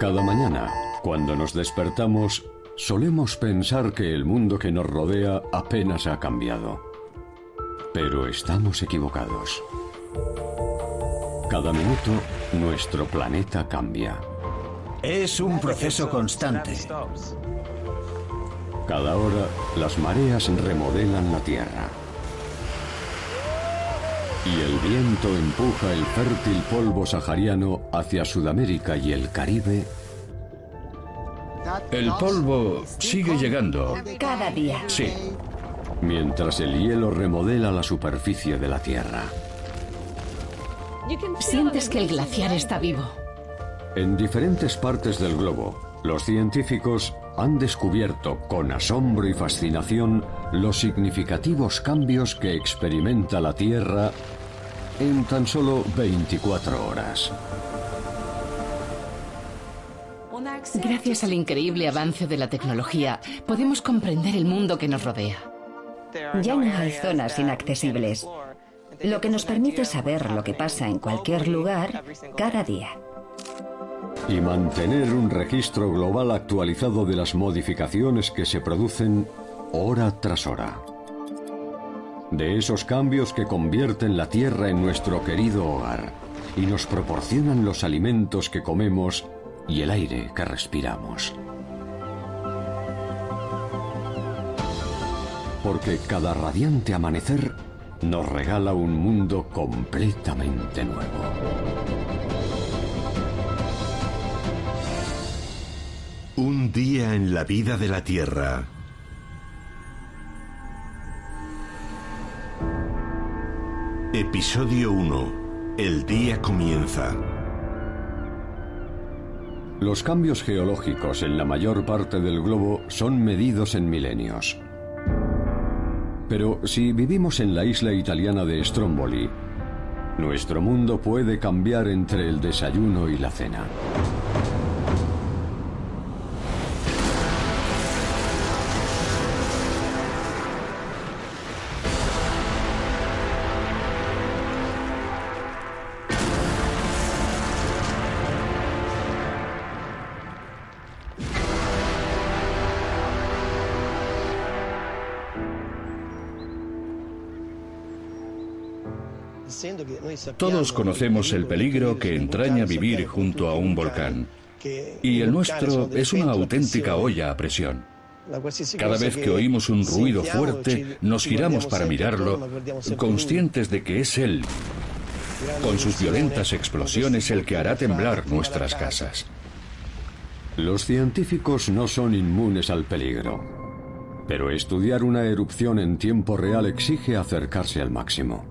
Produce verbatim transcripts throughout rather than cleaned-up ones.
Cada mañana, cuando nos despertamos, solemos pensar que el mundo que nos rodea apenas ha cambiado. Pero estamos equivocados. Cada minuto, nuestro planeta cambia. Es un proceso constante. Cada hora, las mareas remodelan la Tierra. Y el viento empuja el fértil polvo sahariano hacia Sudamérica y el Caribe. El polvo sigue llegando. Cada día. Sí. Mientras el hielo remodela la superficie de la Tierra. Sientes que el glaciar está vivo. En diferentes partes del globo, los científicos han descubierto con asombro y fascinación los significativos cambios que experimenta la Tierra en tan solo veinticuatro horas. Gracias al increíble avance de la tecnología, podemos comprender el mundo que nos rodea. Ya no hay zonas inaccesibles, lo que nos permite saber lo que pasa en cualquier lugar cada día. Y mantener un registro global actualizado de las modificaciones que se producen hora tras hora. De esos cambios que convierten la Tierra en nuestro querido hogar y nos proporcionan los alimentos que comemos y el aire que respiramos. Porque cada radiante amanecer nos regala un mundo completamente nuevo. Un día en la vida de la Tierra. Episodio uno. El día comienza. Los cambios geológicos en la mayor parte del globo son medidos en milenios. Pero si vivimos en la isla italiana de Stromboli, nuestro mundo puede cambiar entre el desayuno y la cena. Todos conocemos el peligro que entraña vivir junto a un volcán. Y el nuestro es una auténtica olla a presión. Cada vez que oímos un ruido fuerte, nos giramos para mirarlo, conscientes de que es él, con sus violentas explosiones, el que hará temblar nuestras casas. Los científicos no son inmunes al peligro, pero estudiar una erupción en tiempo real exige acercarse al máximo.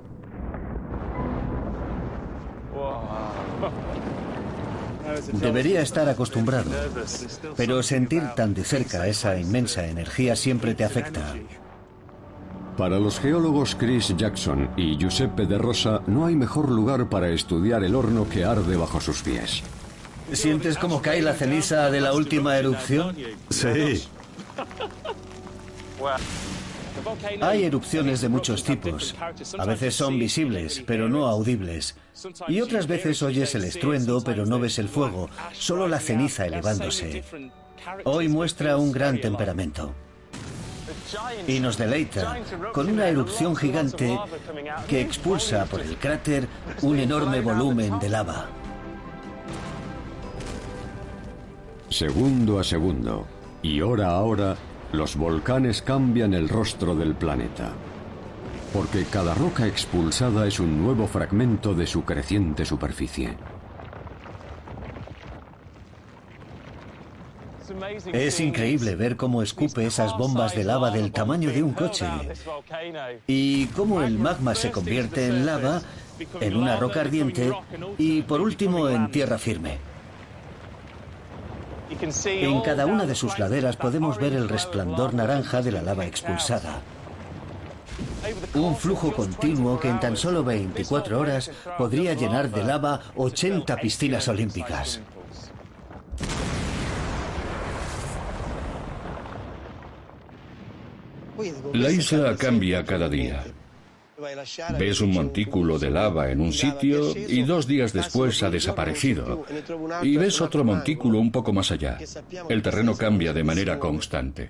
Debería estar acostumbrado, pero sentir tan de cerca esa inmensa energía siempre te afecta. Para los geólogos Chris Jackson y Giuseppe De Rosa, no hay mejor lugar para estudiar el horno que arde bajo sus pies. ¿Sientes cómo cae la ceniza de la última erupción? Sí. Hay erupciones de muchos tipos. A veces son visibles, pero no audibles. Y otras veces oyes el estruendo, pero no ves el fuego, solo la ceniza elevándose. Hoy muestra un gran temperamento. Y nos deleita con una erupción gigante que expulsa por el cráter un enorme volumen de lava. Segundo a segundo, y hora a hora, los volcanes cambian el rostro del planeta, porque cada roca expulsada es un nuevo fragmento de su creciente superficie. Es increíble ver cómo escupe esas bombas de lava del tamaño de un coche y cómo el magma se convierte en lava, en una roca ardiente y por último en tierra firme. En cada una de sus laderas podemos ver el resplandor naranja de la lava expulsada. Un flujo continuo que en tan solo veinticuatro horas podría llenar de lava ochenta piscinas olímpicas. La isla cambia cada día. Ves un montículo de lava en un sitio y dos días después ha desaparecido. Y ves otro montículo un poco más allá. El terreno cambia de manera constante.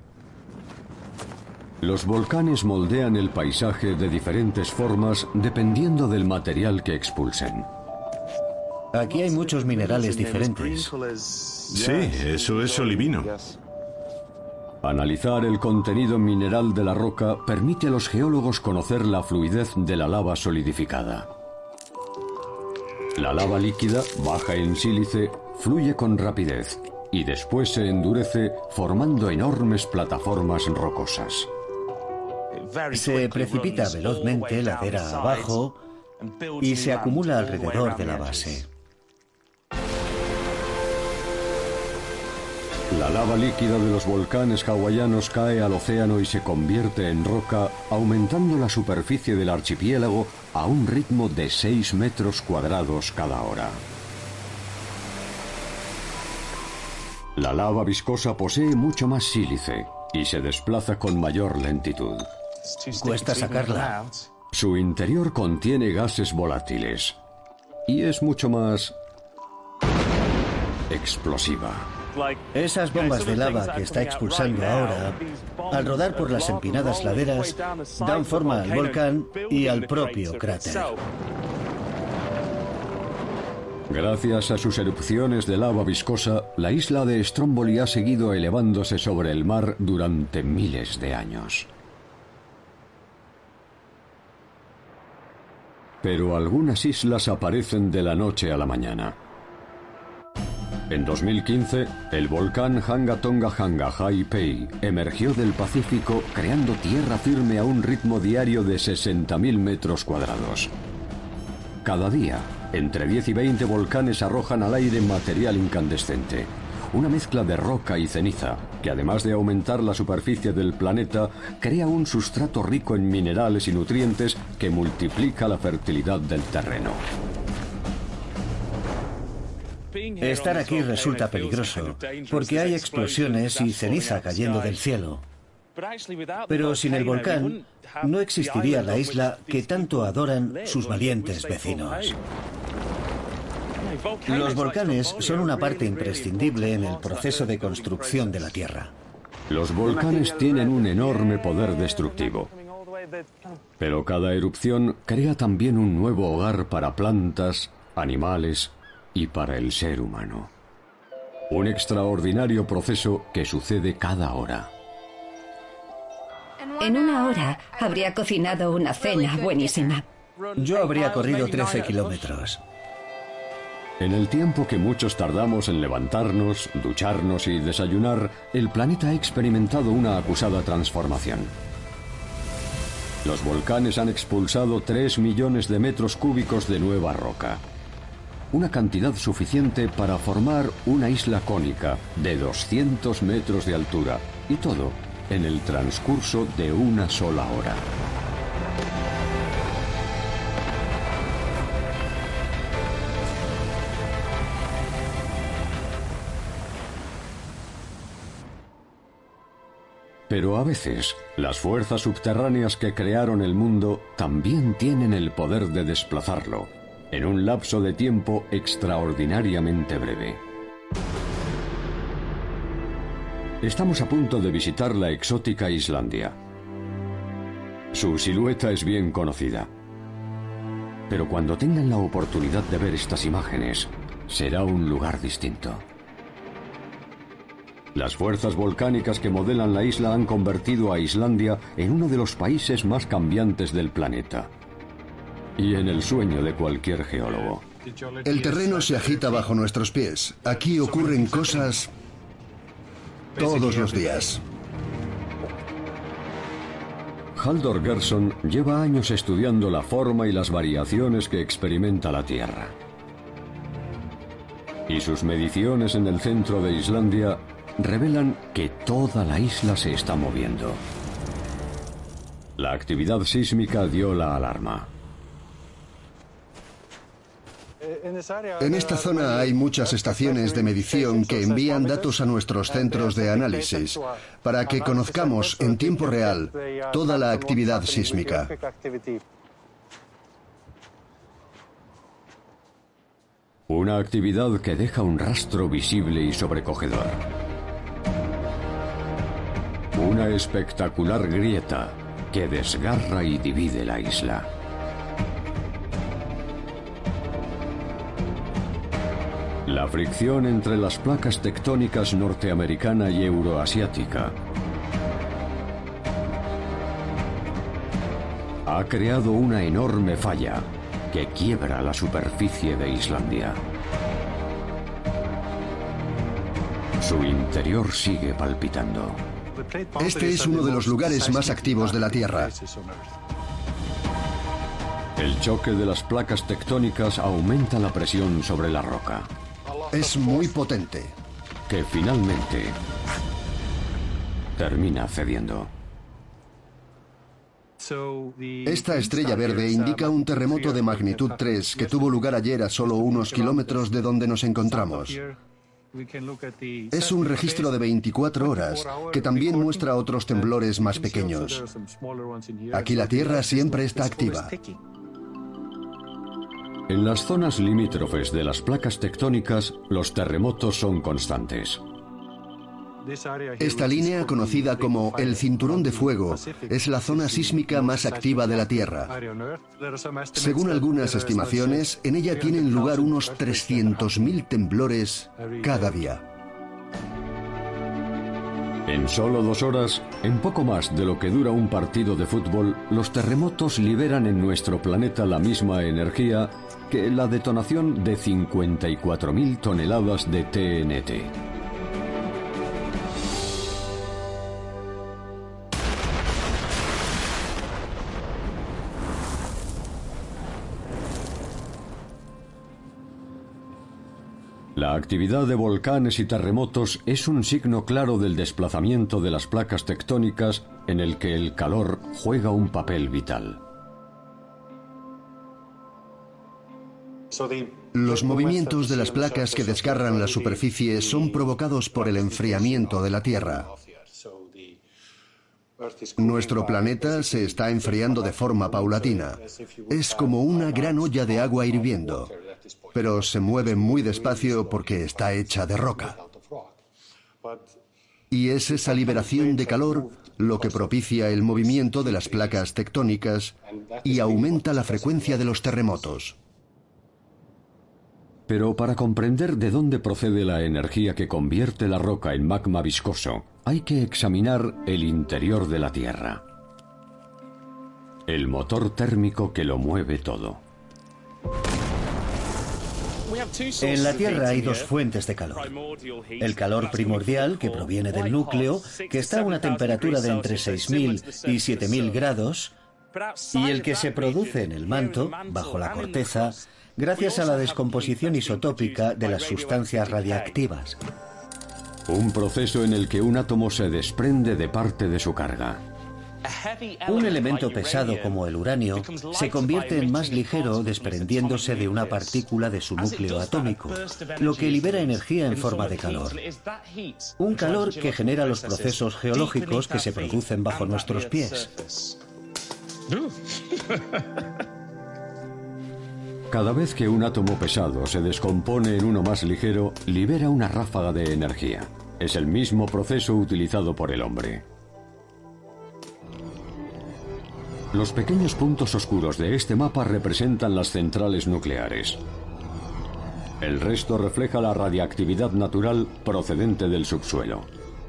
Los volcanes moldean el paisaje de diferentes formas dependiendo del material que expulsen. Aquí hay muchos minerales diferentes. Sí, eso es olivino. Analizar el contenido mineral de la roca permite a los geólogos conocer la fluidez de la lava solidificada. La lava líquida, baja en sílice, fluye con rapidez y después se endurece formando enormes plataformas rocosas. Se precipita velozmente ladera abajo y se acumula alrededor de la base. La lava líquida de los volcanes hawaianos cae al océano y se convierte en roca, aumentando la superficie del archipiélago a un ritmo de seis metros cuadrados cada hora. La lava viscosa posee mucho más sílice y se desplaza con mayor lentitud. Cuesta sacarla. Su interior contiene gases volátiles y es mucho más explosiva. Esas bombas de lava que está expulsando ahora, al rodar por las empinadas laderas, dan forma al volcán y al propio cráter. Gracias a sus erupciones de lava viscosa, la isla de Stromboli ha seguido elevándose sobre el mar durante miles de años. Pero algunas islas aparecen de la noche a la mañana. En dos mil quince, el volcán Hanga Tonga Hanga Ha'ipei emergió del Pacífico creando tierra firme a un ritmo diario de sesenta mil metros cuadrados. Cada día, entre diez y veinte volcanes arrojan al aire material incandescente, una mezcla de roca y ceniza, que además de aumentar la superficie del planeta, crea un sustrato rico en minerales y nutrientes que multiplica la fertilidad del terreno. Estar aquí resulta peligroso, porque hay explosiones y ceniza cayendo del cielo. Pero sin el volcán, no existiría la isla que tanto adoran sus valientes vecinos. Los volcanes son una parte imprescindible en el proceso de construcción de la Tierra. Los volcanes tienen un enorme poder destructivo. Pero cada erupción crea también un nuevo hogar para plantas, animales y para el ser humano. Un extraordinario proceso que sucede cada hora. En una hora habría cocinado una cena buenísima. Yo habría corrido trece kilómetros. En el tiempo que muchos tardamos en levantarnos, ducharnos y desayunar, el planeta ha experimentado una acusada transformación. Los volcanes han expulsado tres millones de metros cúbicos de nueva roca. Una cantidad suficiente para formar una isla cónica de doscientos metros de altura, y todo en el transcurso de una sola hora. Pero a veces, las fuerzas subterráneas que crearon el mundo también tienen el poder de desplazarlo, en un lapso de tiempo extraordinariamente breve. Estamos a punto de visitar la exótica Islandia. Su silueta es bien conocida. Pero cuando tengan la oportunidad de ver estas imágenes, será un lugar distinto. Las fuerzas volcánicas que modelan la isla han convertido a Islandia en uno de los países más cambiantes del planeta. Y en el sueño de cualquier geólogo. El terreno se agita bajo nuestros pies. Aquí ocurren cosas todos los días. Halldór Gerson lleva años estudiando la forma y las variaciones que experimenta la Tierra. Y sus mediciones en el centro de Islandia revelan que toda la isla se está moviendo. La actividad sísmica dio la alarma. En esta zona hay muchas estaciones de medición que envían datos a nuestros centros de análisis para que conozcamos en tiempo real toda la actividad sísmica. Una actividad que deja un rastro visible y sobrecogedor. Una espectacular grieta que desgarra y divide la isla. La fricción entre las placas tectónicas norteamericana y euroasiática ha creado una enorme falla que quiebra la superficie de Islandia. Su interior sigue palpitando. Este es uno de los lugares más activos de la Tierra. El choque de las placas tectónicas aumenta la presión sobre la roca. Es muy potente. Que finalmente termina cediendo. Esta estrella verde indica un terremoto de magnitud tres que tuvo lugar ayer a solo unos kilómetros de donde nos encontramos. Es un registro de veinticuatro horas que también muestra otros temblores más pequeños. Aquí la Tierra siempre está activa. En las zonas limítrofes de las placas tectónicas, los terremotos son constantes. Esta línea, conocida como el Cinturón de Fuego, es la zona sísmica más activa de la Tierra. Según algunas estimaciones, en ella tienen lugar unos trescientos mil temblores cada día. En solo dos horas, en poco más de lo que dura un partido de fútbol, los terremotos liberan en nuestro planeta la misma energía que la detonación de cincuenta y cuatro mil toneladas de T N T. La actividad de volcanes y terremotos es un signo claro del desplazamiento de las placas tectónicas en el que el calor juega un papel vital. Los movimientos de las placas que desgarran la superficie son provocados por el enfriamiento de la Tierra. Nuestro planeta se está enfriando de forma paulatina. Es como una gran olla de agua hirviendo, pero se mueve muy despacio porque está hecha de roca. Y es esa liberación de calor lo que propicia el movimiento de las placas tectónicas y aumenta la frecuencia de los terremotos. Pero para comprender de dónde procede la energía que convierte la roca en magma viscoso, hay que examinar el interior de la Tierra. El motor térmico que lo mueve todo. En la Tierra hay dos fuentes de calor. El calor primordial, que proviene del núcleo, que está a una temperatura de entre seis mil y siete mil grados, y el que se produce en el manto, bajo la corteza, gracias a la descomposición isotópica de las sustancias radiactivas. Un proceso en el que un átomo se desprende de parte de su carga. Un elemento pesado como el uranio se convierte en más ligero desprendiéndose de una partícula de su núcleo atómico, lo que libera energía en forma de calor. Un calor que genera los procesos geológicos que se producen bajo nuestros pies. Cada vez que un átomo pesado se descompone en uno más ligero, libera una ráfaga de energía. Es el mismo proceso utilizado por el hombre. Los pequeños puntos oscuros de este mapa representan las centrales nucleares. El resto refleja la radiactividad natural procedente del subsuelo.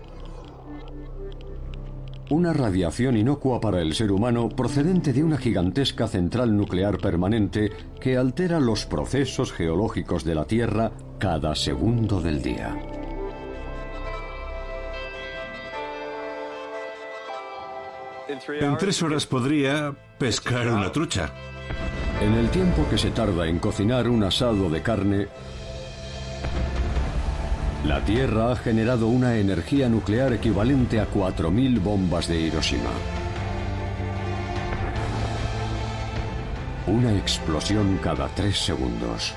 Una radiación inocua para el ser humano procedente de una gigantesca central nuclear permanente que altera los procesos geológicos de la Tierra cada segundo del día. En tres horas podría pescar una trucha. En el tiempo que se tarda en cocinar un asado de carne, la Tierra ha generado una energía nuclear equivalente a cuatro mil bombas de Hiroshima. Una explosión cada tres segundos.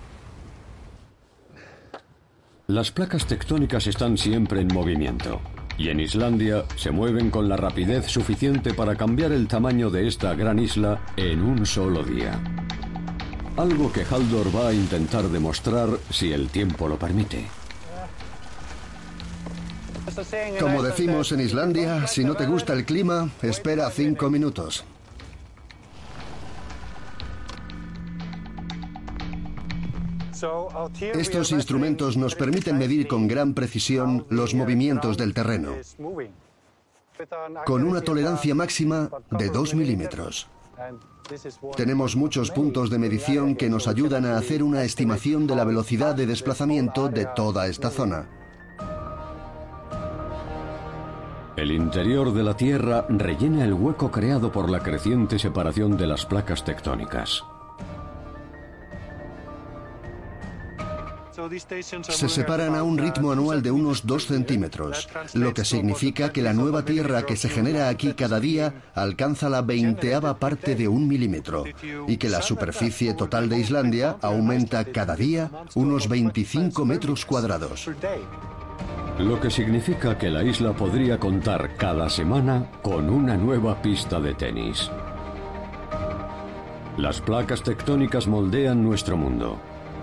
Las placas tectónicas están siempre en movimiento. Y en Islandia se mueven con la rapidez suficiente para cambiar el tamaño de esta gran isla en un solo día. Algo que Halldór va a intentar demostrar si el tiempo lo permite. Como decimos en Islandia, si no te gusta el clima, espera cinco minutos. Estos instrumentos nos permiten medir con gran precisión los movimientos del terreno, con una tolerancia máxima de dos milímetros. Tenemos muchos puntos de medición que nos ayudan a hacer una estimación de la velocidad de desplazamiento de toda esta zona. El interior de la Tierra rellena el hueco creado por la creciente separación de las placas tectónicas. Se separan a un ritmo anual de unos dos centímetros, lo que significa que la nueva tierra que se genera aquí cada día alcanza la veinteava parte de un milímetro y que la superficie total de Islandia aumenta cada día unos veinticinco metros cuadrados. Lo que significa que la isla podría contar cada semana con una nueva pista de tenis. Las placas tectónicas moldean nuestro mundo.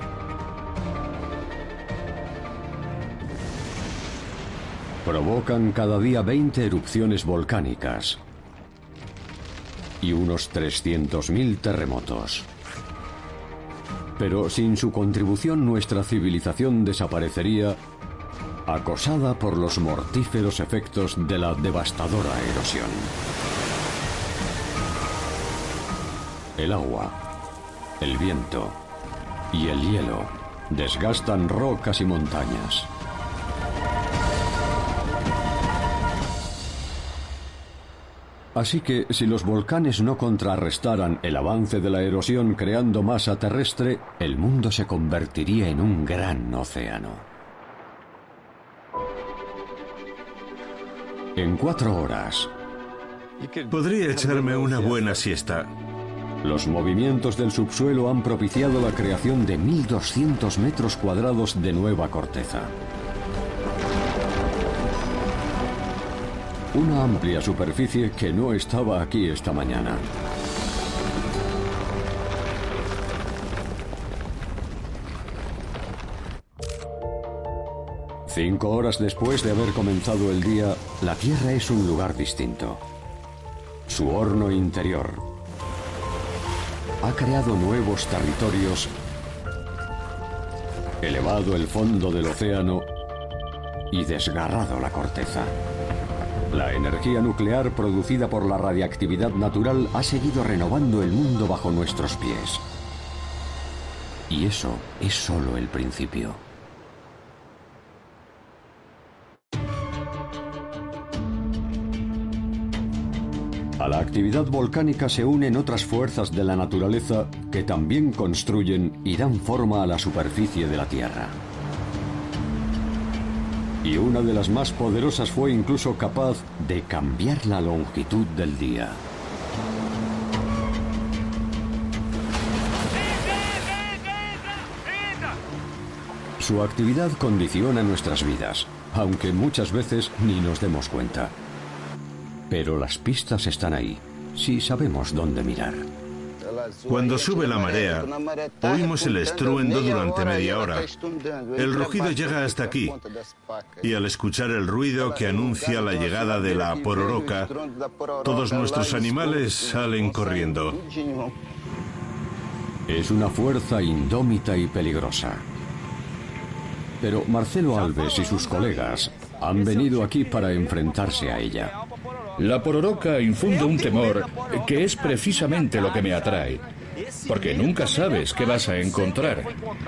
Provocan cada día veinte erupciones volcánicas y unos trescientos mil terremotos. Pero sin su contribución nuestra civilización desaparecería, acosada por los mortíferos efectos de la devastadora erosión. El agua, el viento y el hielo desgastan rocas y montañas. Así que si los volcanes no contrarrestaran el avance de la erosión creando masa terrestre, el mundo se convertiría en un gran océano. En cuatro horas, Podría echarme una buena siesta. los movimientos del subsuelo han propiciado la creación de mil doscientos metros cuadrados de nueva corteza. Una amplia superficie que no estaba aquí esta mañana. Cinco horas después de haber comenzado el día, la Tierra es un lugar distinto. Su horno interior ha creado nuevos territorios, elevado el fondo del océano y desgarrado la corteza. La energía nuclear producida por la radiactividad natural ha seguido renovando el mundo bajo nuestros pies. Y eso es solo el principio. A la actividad volcánica se unen otras fuerzas de la naturaleza que también construyen y dan forma a la superficie de la Tierra. Y una de las más poderosas fue incluso capaz de cambiar la longitud del día. Su actividad condiciona nuestras vidas, aunque muchas veces ni nos demos cuenta. Pero las pistas están ahí, si sabemos dónde mirar. Cuando sube la marea, oímos el estruendo durante media hora. El rugido llega hasta aquí, y al escuchar el ruido que anuncia la llegada de la pororoca, todos nuestros animales salen corriendo. Es una fuerza indómita y peligrosa. Pero Marcelo Alves y sus colegas han venido aquí para enfrentarse a ella. La pororoca infunde un temor que es precisamente lo que me atrae, porque nunca sabes qué vas a encontrar.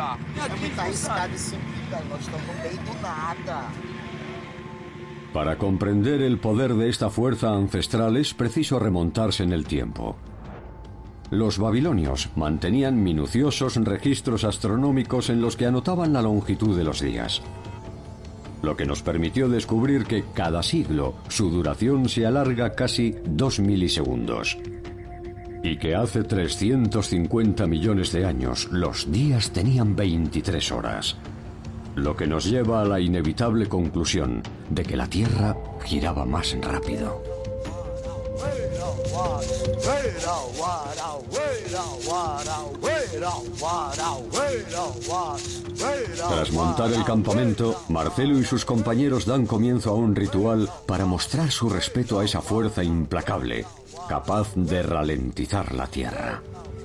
Para comprender el poder de esta fuerza ancestral es preciso remontarse en el tiempo. Los babilonios mantenían minuciosos registros astronómicos en los que anotaban la longitud de los días, lo que nos permitió descubrir que cada siglo su duración se alarga casi dos milisegundos y que hace trescientos cincuenta millones de años los días tenían veintitrés horas. lo que nos lleva a la inevitable conclusión de que la Tierra giraba más rápido. Tras montar el campamento, Marcelo y sus compañeros dan comienzo a un ritual para mostrar su respeto a esa fuerza implacable, capaz de ralentizar la Tierra.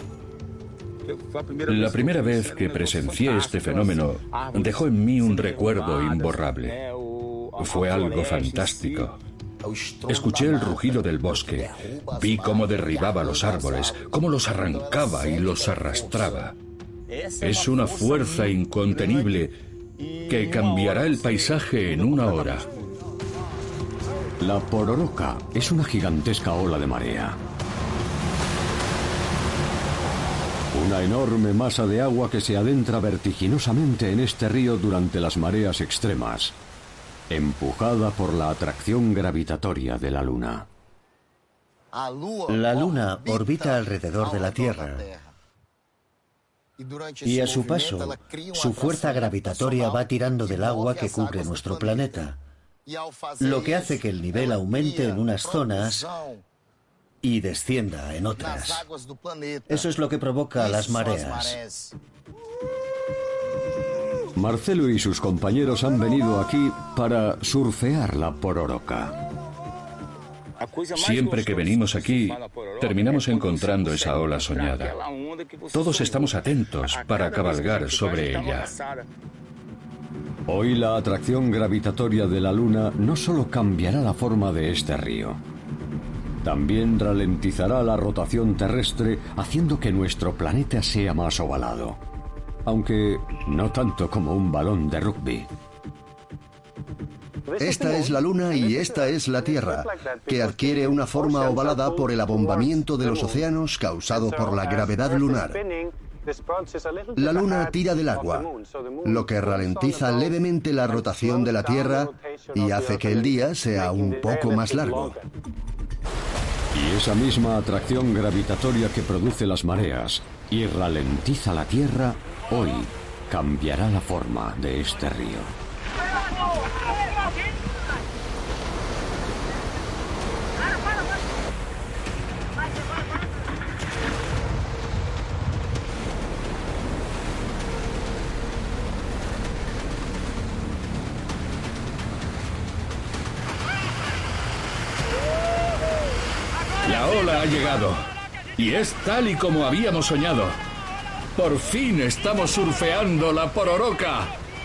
La primera vez que presencié este fenómeno dejó en mí un recuerdo imborrable. Fue algo fantástico. Escuché el rugido del bosque, vi cómo derribaba los árboles, cómo los arrancaba y los arrastraba. Es una fuerza incontenible que cambiará el paisaje en una hora. La pororoca es una gigantesca ola de marea. Una enorme masa de agua que se adentra vertiginosamente en este río durante las mareas extremas, empujada por la atracción gravitatoria de la Luna. La Luna orbita alrededor de la Tierra y a su paso, su fuerza gravitatoria va tirando del agua que cubre nuestro planeta, lo que hace que el nivel aumente en unas zonas y descienda en otras. Eso es lo que provoca las mareas. Marcelo y sus compañeros han venido aquí para surfear la pororoca. Siempre que venimos aquí, terminamos encontrando esa ola soñada. Todos estamos atentos para cabalgar sobre ella. Hoy la atracción gravitatoria de la Luna no solo cambiará la forma de este río, también ralentizará la rotación terrestre, haciendo que nuestro planeta sea más ovalado, aunque no tanto como un balón de rugby. Esta es la Luna y esta es la Tierra, que adquiere una forma ovalada por el abombamiento de los océanos causado por la gravedad lunar. La Luna tira del agua, lo que ralentiza levemente la rotación de la Tierra y hace que el día sea un poco más largo. Y esa misma atracción gravitatoria que produce las mareas y ralentiza la Tierra, hoy cambiará la forma de este río. La ola ha llegado y es tal y como habíamos soñado. Por fin estamos surfeando la pororoca.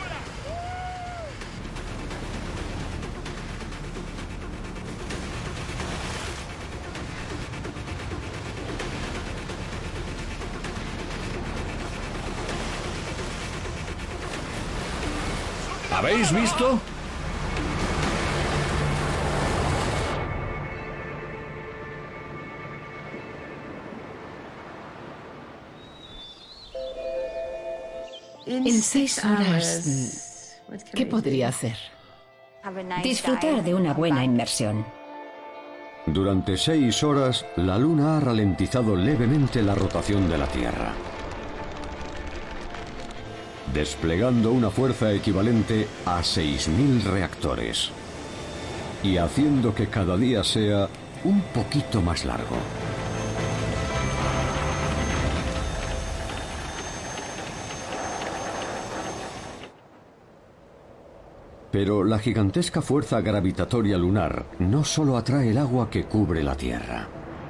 ¿Habéis visto? En seis horas, ¿qué podría hacer? Disfrutar de una buena inmersión. Durante seis horas, la Luna ha ralentizado levemente la rotación de la Tierra, desplegando una fuerza equivalente a seis mil reactores y haciendo que cada día sea un poquito más largo. Pero la gigantesca fuerza gravitatoria lunar no solo atrae el agua que cubre la Tierra.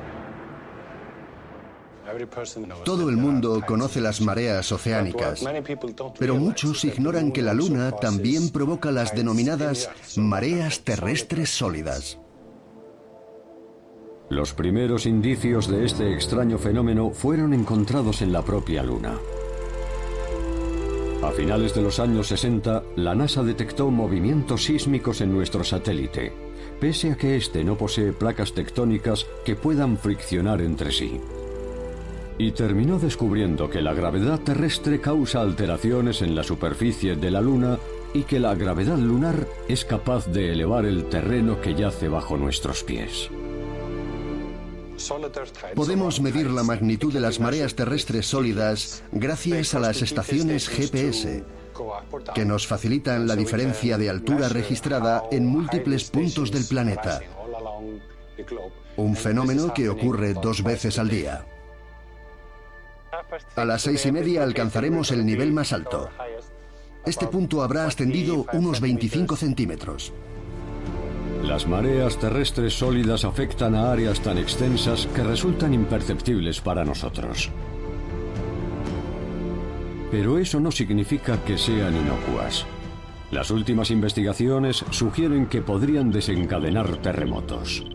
Todo el mundo conoce las mareas oceánicas, pero muchos ignoran que la Luna también provoca las denominadas mareas terrestres sólidas. Los primeros indicios de este extraño fenómeno fueron encontrados en la propia Luna. A finales de los años sesenta, la NASA detectó movimientos sísmicos en nuestro satélite, pese a que este no posee placas tectónicas que puedan friccionar entre sí. Y terminó descubriendo que la gravedad terrestre causa alteraciones en la superficie de la Luna y que la gravedad lunar es capaz de elevar el terreno que yace bajo nuestros pies. Podemos medir la magnitud de las mareas terrestres sólidas gracias a las estaciones G P S, que nos facilitan la diferencia de altura registrada en múltiples puntos del planeta. Un fenómeno que ocurre dos veces al día. A las seis y media alcanzaremos el nivel más alto. Este punto habrá ascendido unos veinticinco centímetros. Las mareas terrestres sólidas afectan a áreas tan extensas que resultan imperceptibles para nosotros. Pero eso no significa que sean inocuas. Las últimas investigaciones sugieren que podrían desencadenar terremotos.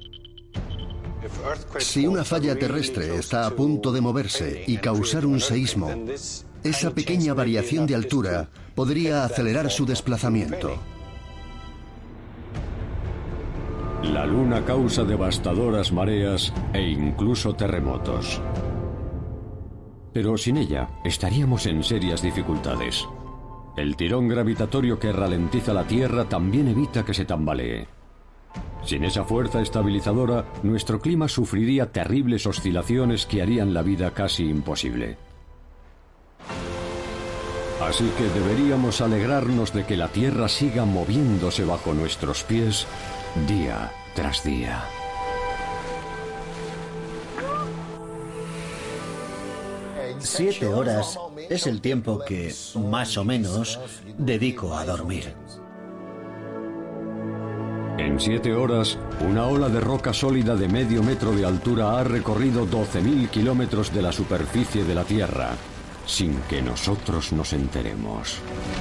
Si una falla terrestre está a punto de moverse y causar un seísmo, esa pequeña variación de altura podría acelerar su desplazamiento. La Luna causa devastadoras mareas e incluso terremotos. Pero sin ella estaríamos en serias dificultades. El tirón gravitatorio que ralentiza la Tierra también evita que se tambalee. Sin esa fuerza estabilizadora, nuestro clima sufriría terribles oscilaciones que harían la vida casi imposible. Así que deberíamos alegrarnos de que la Tierra siga moviéndose bajo nuestros pies día tras día. Siete horas es el tiempo que, más o menos, dedico a dormir. En siete horas, una ola de roca sólida de medio metro de altura ha recorrido doce mil kilómetros de la superficie de la Tierra, sin que nosotros nos enteremos.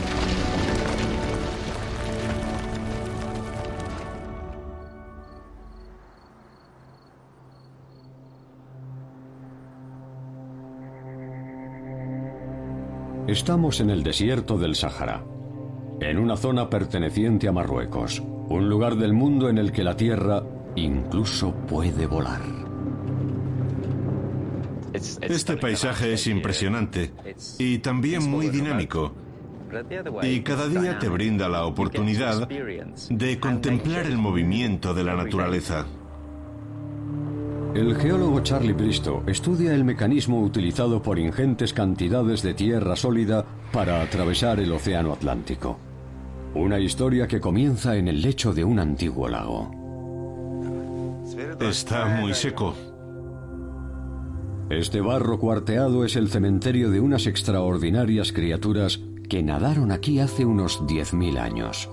Estamos en el desierto del Sáhara, en una zona perteneciente a Marruecos, un lugar del mundo en el que la Tierra incluso puede volar. Este paisaje es impresionante y también muy dinámico, y cada día te brinda la oportunidad de contemplar el movimiento de la naturaleza. El geólogo Charlie Bristow estudia el mecanismo utilizado por ingentes cantidades de tierra sólida para atravesar el océano Atlántico. Una historia que comienza en el lecho de un antiguo lago. Está muy seco. Este barro cuarteado es el cementerio de unas extraordinarias criaturas que nadaron aquí hace unos diez mil años.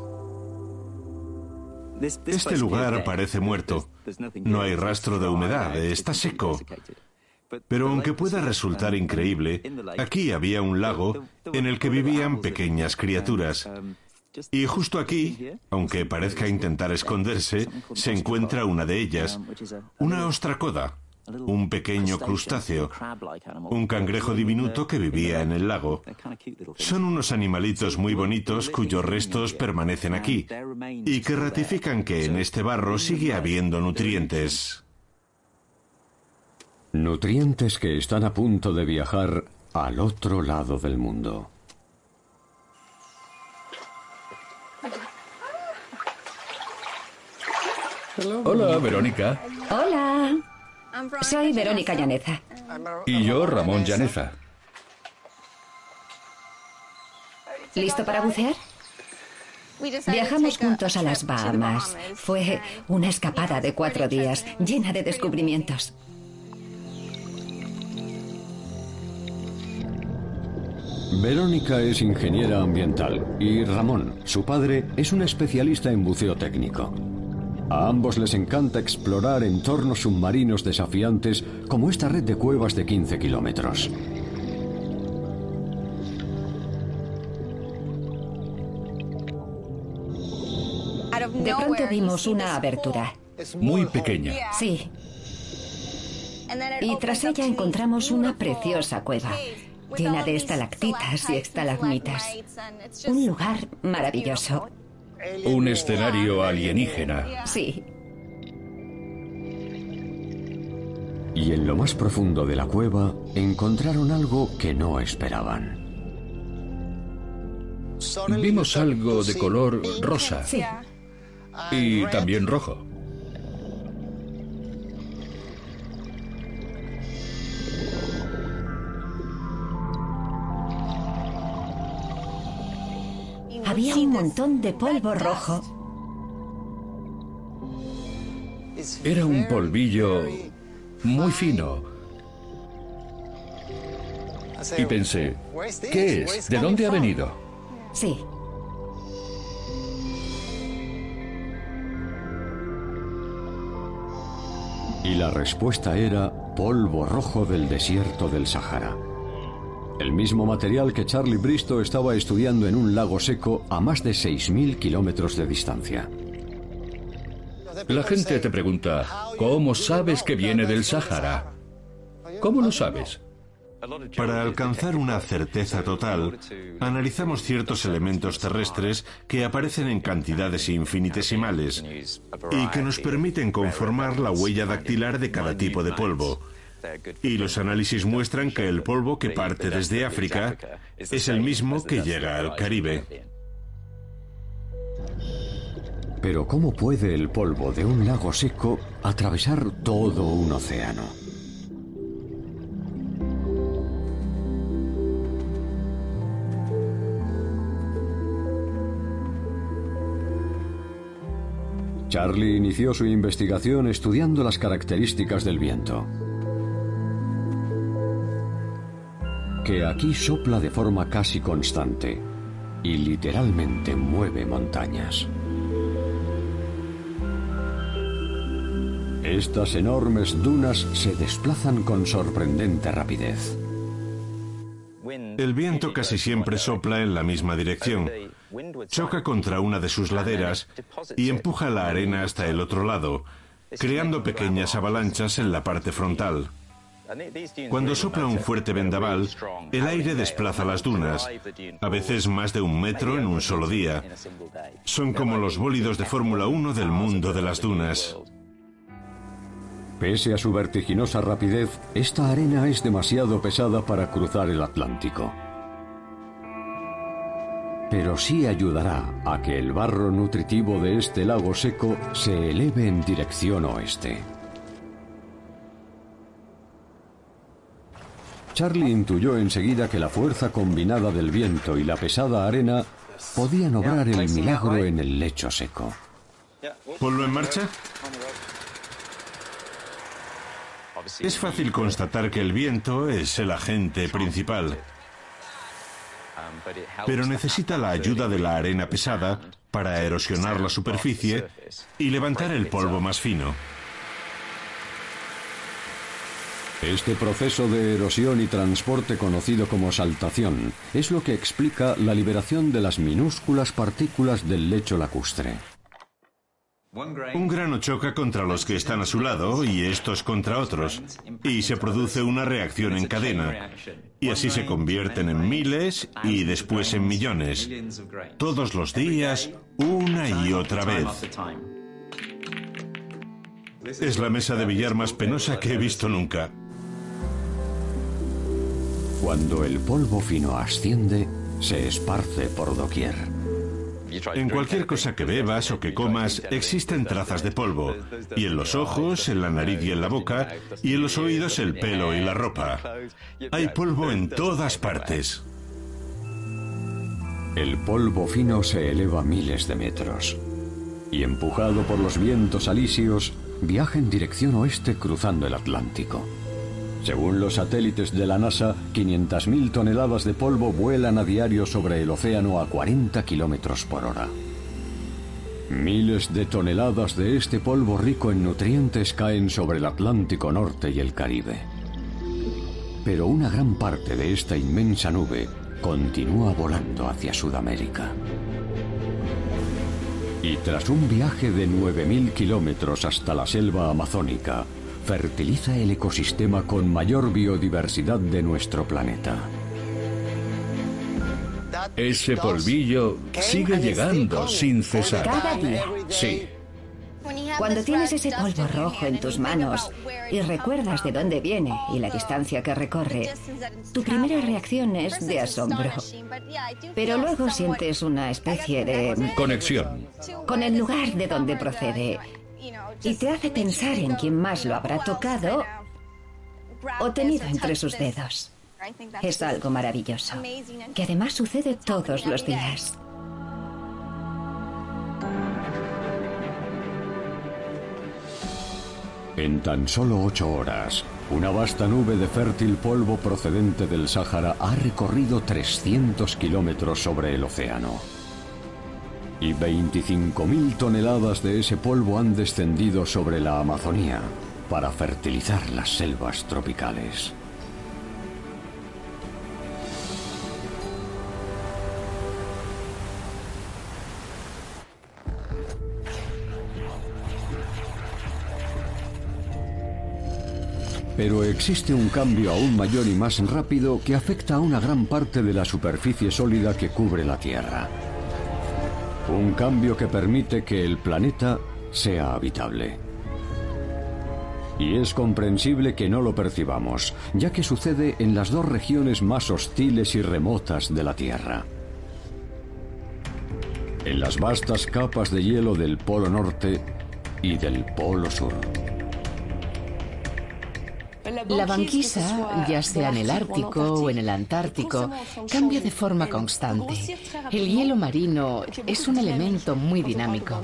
Este lugar parece muerto. No hay rastro de humedad, está seco. Pero aunque pueda resultar increíble, aquí había un lago en el que vivían pequeñas criaturas. Y justo aquí, aunque parezca intentar esconderse, se encuentra una de ellas, una ostracoda, un pequeño crustáceo, un cangrejo diminuto que vivía en el lago. Son unos animalitos muy bonitos cuyos restos permanecen aquí y que ratifican que en este barro sigue habiendo nutrientes. Nutrientes que están a punto de viajar al otro lado del mundo. Hola, Verónica. Hola. Soy Verónica Llaneza. Y yo, Ramón Llaneza. ¿Listo para bucear? Viajamos juntos a las Bahamas. Fue una escapada de cuatro días, llena de descubrimientos. Verónica es ingeniera ambiental y Ramón, su padre, es un especialista en buceo técnico. A ambos les encanta explorar entornos submarinos desafiantes como esta red de cuevas de quince kilómetros. De pronto vimos una abertura. Muy pequeña. Sí. Y tras ella encontramos una preciosa cueva, llena de estalactitas y estalagmitas. Un lugar maravilloso. Un escenario alienígena. Sí. Y en lo más profundo de la cueva encontraron algo que no esperaban. Vimos algo de color rosa. Sí. Y también rojo. Había un montón de polvo rojo. Era un polvillo muy fino. Y pensé, ¿qué es? ¿De dónde ha venido? Sí. Y la respuesta era polvo rojo del desierto del Sahara. El mismo material que Charlie Bristow estaba estudiando en un lago seco a más de seis mil kilómetros de distancia. La gente te pregunta, ¿cómo sabes que viene del Sahara? ¿Cómo lo sabes? Para alcanzar una certeza total, analizamos ciertos elementos terrestres que aparecen en cantidades infinitesimales y que nos permiten conformar la huella dactilar de cada tipo de polvo. Y los análisis muestran que el polvo que parte desde África es el mismo que llega al Caribe. Pero ¿cómo puede el polvo de un lago seco atravesar todo un océano? Charlie inició su investigación estudiando las características del viento, que aquí sopla de forma casi constante y literalmente mueve montañas. Estas enormes dunas se desplazan con sorprendente rapidez. El viento casi siempre sopla en la misma dirección. Choca contra una de sus laderas y empuja la arena hasta el otro lado, creando pequeñas avalanchas en la parte frontal. Cuando sopla un fuerte vendaval, el aire desplaza las dunas, a veces más de un metro en un solo día. Son como los bólidos de Fórmula uno del mundo de las dunas. Pese a su vertiginosa rapidez, esta arena es demasiado pesada para cruzar el Atlántico. Pero sí ayudará a que el barro nutritivo de este lago seco se eleve en dirección oeste. Charlie intuyó enseguida que la fuerza combinada del viento y la pesada arena podían obrar el milagro en el lecho seco. ¿Ponlo en marcha? Es fácil constatar que el viento es el agente principal, pero necesita la ayuda de la arena pesada para erosionar la superficie y levantar el polvo más fino. Este proceso de erosión y transporte, conocido como saltación, es lo que explica la liberación de las minúsculas partículas del lecho lacustre. Un grano choca contra los que están a su lado y estos contra otros, y se produce una reacción en cadena, y así se convierten en miles y después en millones, todos los días, una y otra vez. Es la mesa de billar más penosa que he visto nunca. Cuando el polvo fino asciende, se esparce por doquier. En cualquier cosa que bebas o que comas existen trazas de polvo, y en los ojos, en la nariz y en la boca, y en los oídos el pelo y la ropa. Hay polvo en todas partes. El polvo fino se eleva miles de metros y, empujado por los vientos alisios, viaja en dirección oeste cruzando el Atlántico. Según los satélites de la NASA, quinientas mil toneladas de polvo vuelan a diario sobre el océano a cuarenta kilómetros por hora. Miles de toneladas de este polvo rico en nutrientes caen sobre el Atlántico Norte y el Caribe. Pero una gran parte de esta inmensa nube continúa volando hacia Sudamérica. Y tras un viaje de nueve mil kilómetros hasta la selva amazónica, fertiliza el ecosistema con mayor biodiversidad de nuestro planeta. Ese polvillo sigue llegando sin cesar. Cada día. Sí. Cuando tienes ese polvo rojo en tus manos y recuerdas de dónde viene y la distancia que recorre, tu primera reacción es de asombro. Pero luego sientes una especie de Conexión. con el lugar de donde procede. Y te hace pensar en quién más lo habrá tocado o tenido entre sus dedos. Es algo maravilloso, que además sucede todos los días. En tan solo ocho horas, una vasta nube de fértil polvo procedente del Sáhara ha recorrido trescientos kilómetros sobre el océano. Y veinticinco mil toneladas de ese polvo han descendido sobre la Amazonía para fertilizar las selvas tropicales. Pero existe un cambio aún mayor y más rápido que afecta a una gran parte de la superficie sólida que cubre la Tierra. Un cambio que permite que el planeta sea habitable. Y es comprensible que no lo percibamos, ya que sucede en las dos regiones más hostiles y remotas de la Tierra. En las vastas capas de hielo del Polo Norte y del Polo Sur. La banquisa, ya sea en el Ártico o en el Antártico, cambia de forma constante. El hielo marino es un elemento muy dinámico.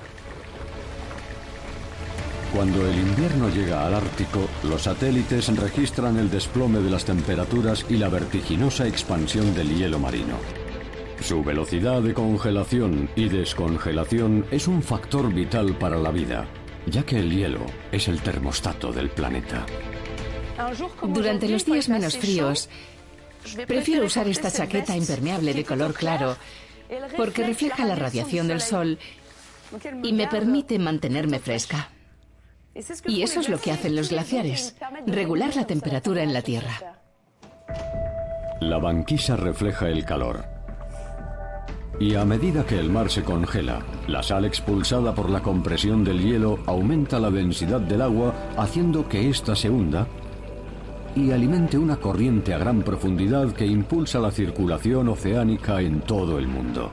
Cuando el invierno llega al Ártico, los satélites registran el desplome de las temperaturas y la vertiginosa expansión del hielo marino. Su velocidad de congelación y descongelación es un factor vital para la vida, ya que el hielo es el termostato del planeta. Durante los días menos fríos, prefiero usar esta chaqueta impermeable de color claro porque refleja la radiación del sol y me permite mantenerme fresca. Y eso es lo que hacen los glaciares, regular la temperatura en la Tierra. La banquisa refleja el calor. Y a medida que el mar se congela, la sal expulsada por la compresión del hielo aumenta la densidad del agua, haciendo que ésta se hunda y alimente una corriente a gran profundidad que impulsa la circulación oceánica en todo el mundo.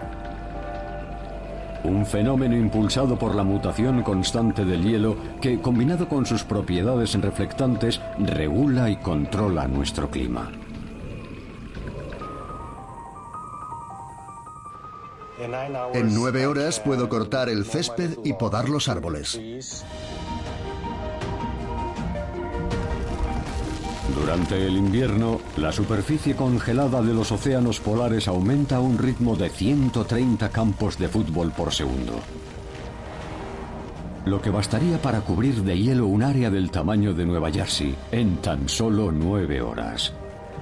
Un fenómeno impulsado por la mutación constante del hielo que, combinado con sus propiedades reflectantes, regula y controla nuestro clima. En nueve horas puedo cortar el césped y podar los árboles. Durante el invierno, la superficie congelada de los océanos polares aumenta a un ritmo de ciento treinta campos de fútbol por segundo. Lo que bastaría para cubrir de hielo un área del tamaño de Nueva Jersey en tan solo nueve horas.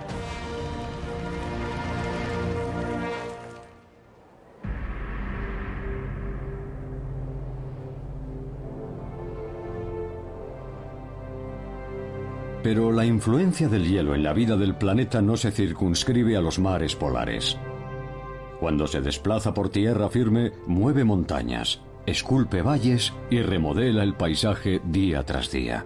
Pero la influencia del hielo en la vida del planeta no se circunscribe a los mares polares. Cuando se desplaza por tierra firme, mueve montañas, esculpe valles y remodela el paisaje día tras día.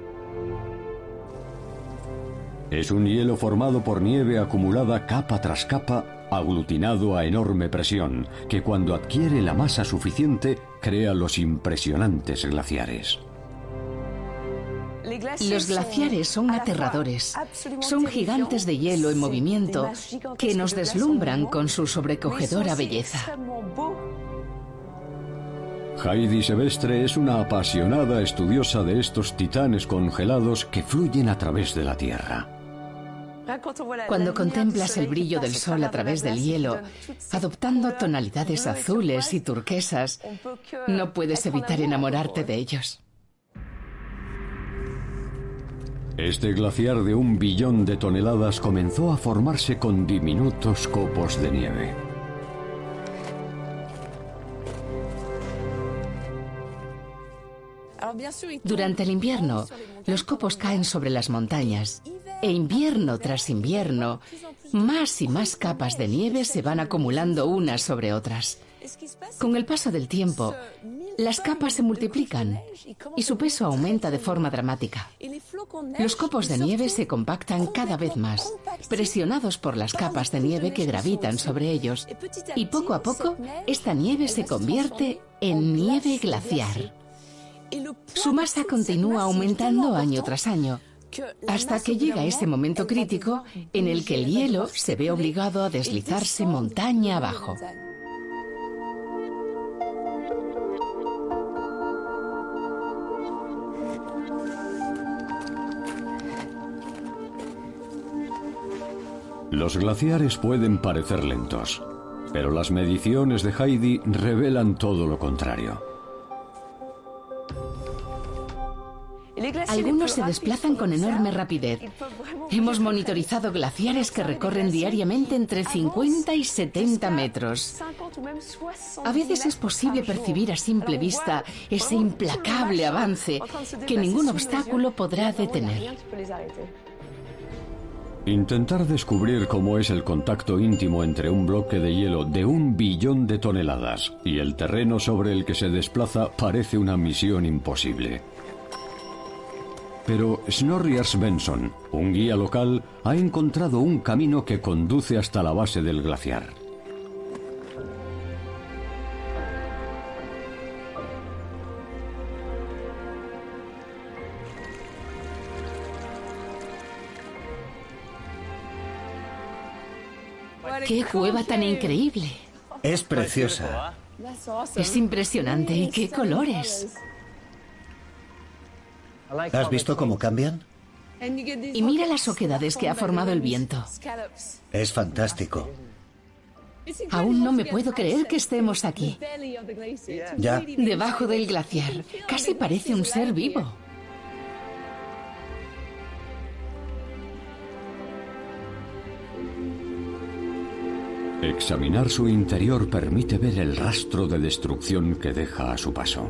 Es un hielo formado por nieve acumulada capa tras capa, aglutinado a enorme presión, que cuando adquiere la masa suficiente, crea los impresionantes glaciares. Los glaciares son aterradores. Son gigantes de hielo en movimiento que nos deslumbran con su sobrecogedora belleza. Heidi Sebestre es una apasionada estudiosa de estos titanes congelados que fluyen a través de la Tierra. Cuando contemplas el brillo del sol a través del hielo, adoptando tonalidades azules y turquesas, no puedes evitar enamorarte de ellos. Este glaciar de un billón de toneladas comenzó a formarse con diminutos copos de nieve. Durante el invierno, los copos caen sobre las montañas, e invierno tras invierno, más y más capas de nieve se van acumulando unas sobre otras. Con el paso del tiempo, las capas se multiplican y su peso aumenta de forma dramática. Los copos de nieve se compactan cada vez más, presionados por las capas de nieve que gravitan sobre ellos, y poco a poco esta nieve se convierte en nieve glaciar. Su masa continúa aumentando año tras año, hasta que llega ese momento crítico en el que el hielo se ve obligado a deslizarse montaña abajo. Los glaciares pueden parecer lentos, pero las mediciones de Heidi revelan todo lo contrario. Algunos se desplazan con enorme rapidez. Hemos monitorizado glaciares que recorren diariamente entre cincuenta y setenta metros. A veces es posible percibir a simple vista ese implacable avance que ningún obstáculo podrá detener. Intentar descubrir cómo es el contacto íntimo entre un bloque de hielo de un billón de toneladas y el terreno sobre el que se desplaza parece una misión imposible. Pero Snorri Svensson, un guía local, ha encontrado un camino que conduce hasta la base del glaciar. ¡Qué cueva tan increíble! Es preciosa. Es impresionante. ¿Y qué colores? ¿Has visto cómo cambian? Y mira las oquedades que ha formado el viento. Es fantástico. Aún no me puedo creer que estemos aquí. Ya. Debajo del glaciar. Casi parece un ser vivo. Examinar su interior permite ver el rastro de destrucción que deja a su paso.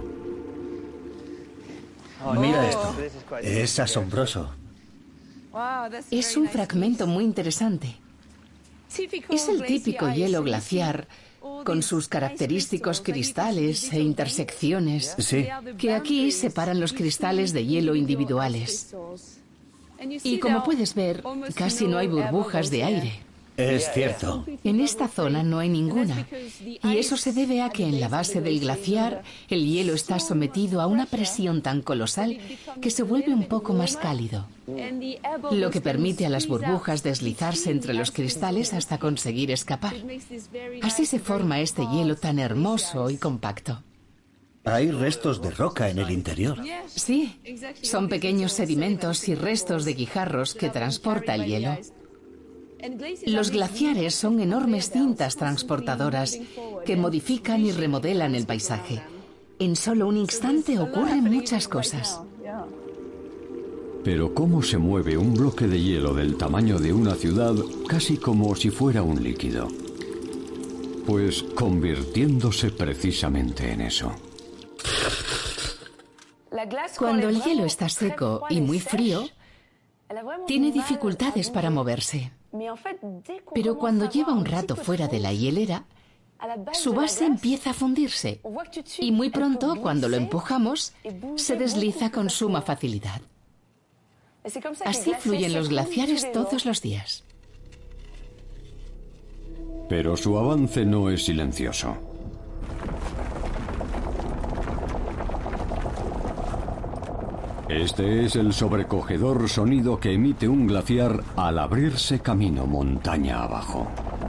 Mira esto. Es asombroso. Es un fragmento muy interesante. Es el típico hielo glaciar, con sus característicos cristales e intersecciones, Sí. que aquí separan los cristales de hielo individuales. Y como puedes ver, casi no hay burbujas de aire. Es cierto. En esta zona no hay ninguna, y eso se debe a que en la base del glaciar el hielo está sometido a una presión tan colosal que se vuelve un poco más cálido, lo que permite a las burbujas deslizarse entre los cristales hasta conseguir escapar. Así se forma este hielo tan hermoso y compacto. Hay restos de roca en el interior. Sí, son pequeños sedimentos y restos de guijarros que transporta el hielo. Los glaciares son enormes cintas transportadoras que modifican y remodelan el paisaje. En solo un instante ocurren muchas cosas. Pero ¿cómo se mueve un bloque de hielo del tamaño de una ciudad casi como si fuera un líquido? Pues convirtiéndose precisamente en eso. Cuando el hielo está seco y muy frío, tiene dificultades para moverse. Pero cuando lleva un rato fuera de la hielera, su base empieza a fundirse y muy pronto, cuando lo empujamos, se desliza con suma facilidad. Así fluyen los glaciares todos los días. Pero su avance no es silencioso. Este es el sobrecogedor sonido que emite un glaciar al abrirse camino montaña abajo.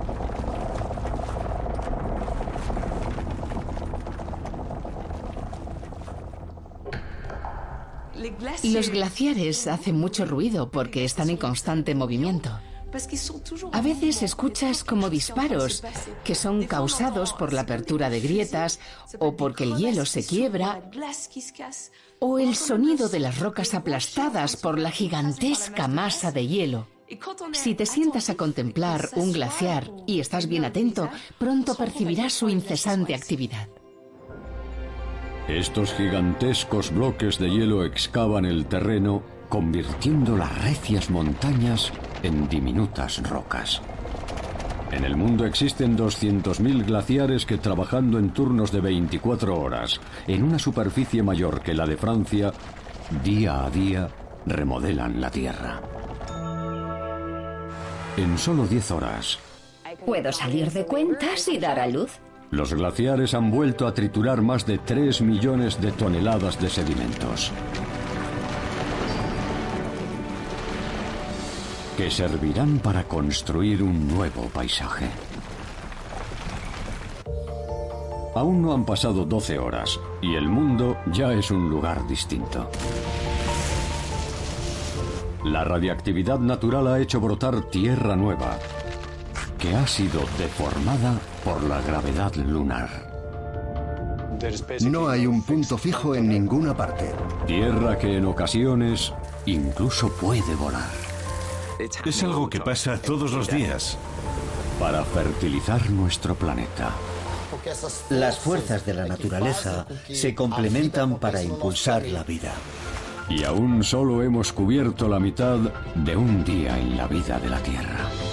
Los glaciares hacen mucho ruido porque están en constante movimiento. A veces escuchas como disparos que son causados por la apertura de grietas o porque el hielo se quiebra, o el sonido de las rocas aplastadas por la gigantesca masa de hielo. Si te sientas a contemplar un glaciar y estás bien atento, pronto percibirás su incesante actividad. Estos gigantescos bloques de hielo excavan el terreno, convirtiendo las recias montañas en diminutas rocas. En el mundo existen doscientos mil glaciares que, trabajando en turnos de veinticuatro horas, en una superficie mayor que la de Francia, día a día remodelan la Tierra. En solo diez horas, Puedo salir de cuentas y dar a luz. los glaciares han vuelto a triturar más de tres millones de toneladas de sedimentos, que servirán para construir un nuevo paisaje. Aún no han pasado doce horas y el mundo ya es un lugar distinto. La radiactividad natural ha hecho brotar tierra nueva que ha sido deformada por la gravedad lunar. No hay un punto fijo en ninguna parte. Tierra que en ocasiones incluso puede volar. Es algo que pasa todos los días. Para fertilizar nuestro planeta. Las fuerzas de la naturaleza se complementan para impulsar la vida. Y aún solo hemos cubierto la mitad de un día en la vida de la Tierra.